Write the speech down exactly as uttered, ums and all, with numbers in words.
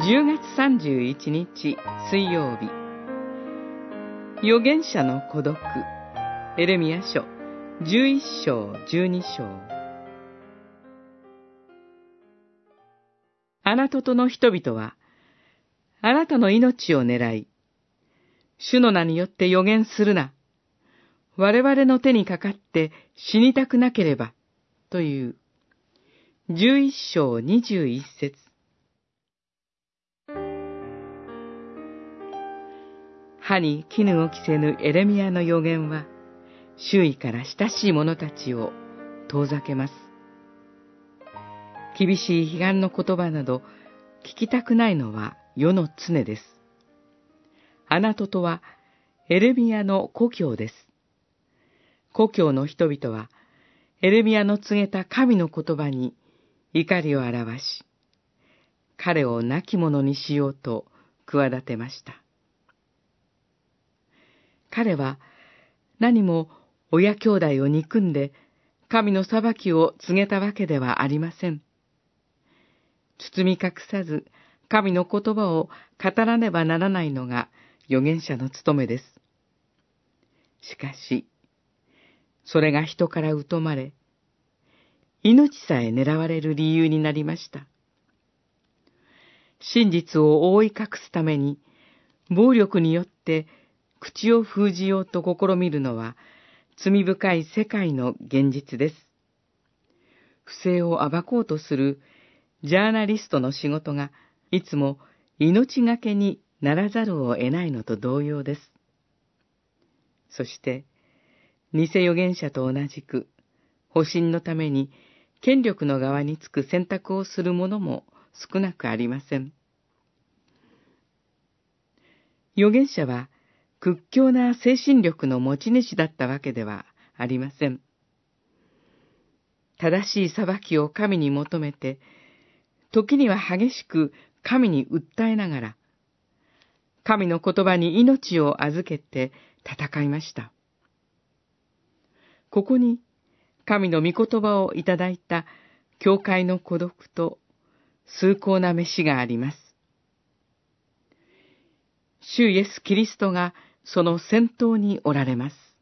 じゅうがつさんじゅういちにち水曜日、預言者の孤独、エレミヤ書じゅういっしょうじゅうにしょう。あなたとの人々は、あなたの命を狙い、主の名によって預言するな。我々の手にかかって死にたくなければ、という、じゅういっしょうにじゅういっせつ。歯に絹を着せぬエレミヤの預言は、周囲から親しい者たちを遠ざけます。厳しい批判の言葉など聞きたくないのは世の常です。アナトトはエレミヤの故郷です。故郷の人々はエレミヤの告げた神の言葉に怒りを表し、彼を亡き者にしようと企てました。彼は何も親兄弟を憎んで神の裁きを告げたわけではありません。包み隠さず神の言葉を語らねばならないのが預言者の務めです。しかし、それが人から疎まれ、命さえ狙われる理由になりました。真実を覆い隠すために、暴力によって口を封じようと試みるのは、罪深い世界の現実です。不正を暴こうとするジャーナリストの仕事が、いつも命がけにならざるを得ないのと同様です。そして、偽預言者と同じく、保身のために権力の側につく選択をする者も少なくありません。預言者は、屈強な精神力の持ち主だったわけではありません。正しい裁きを神に求めて、時には激しく神に訴えながら、神の言葉に命を預けて戦いました。ここに、神の御言葉をいただいた教会の孤独と崇高な召しがあります。主イエス・キリストがその先頭におられます。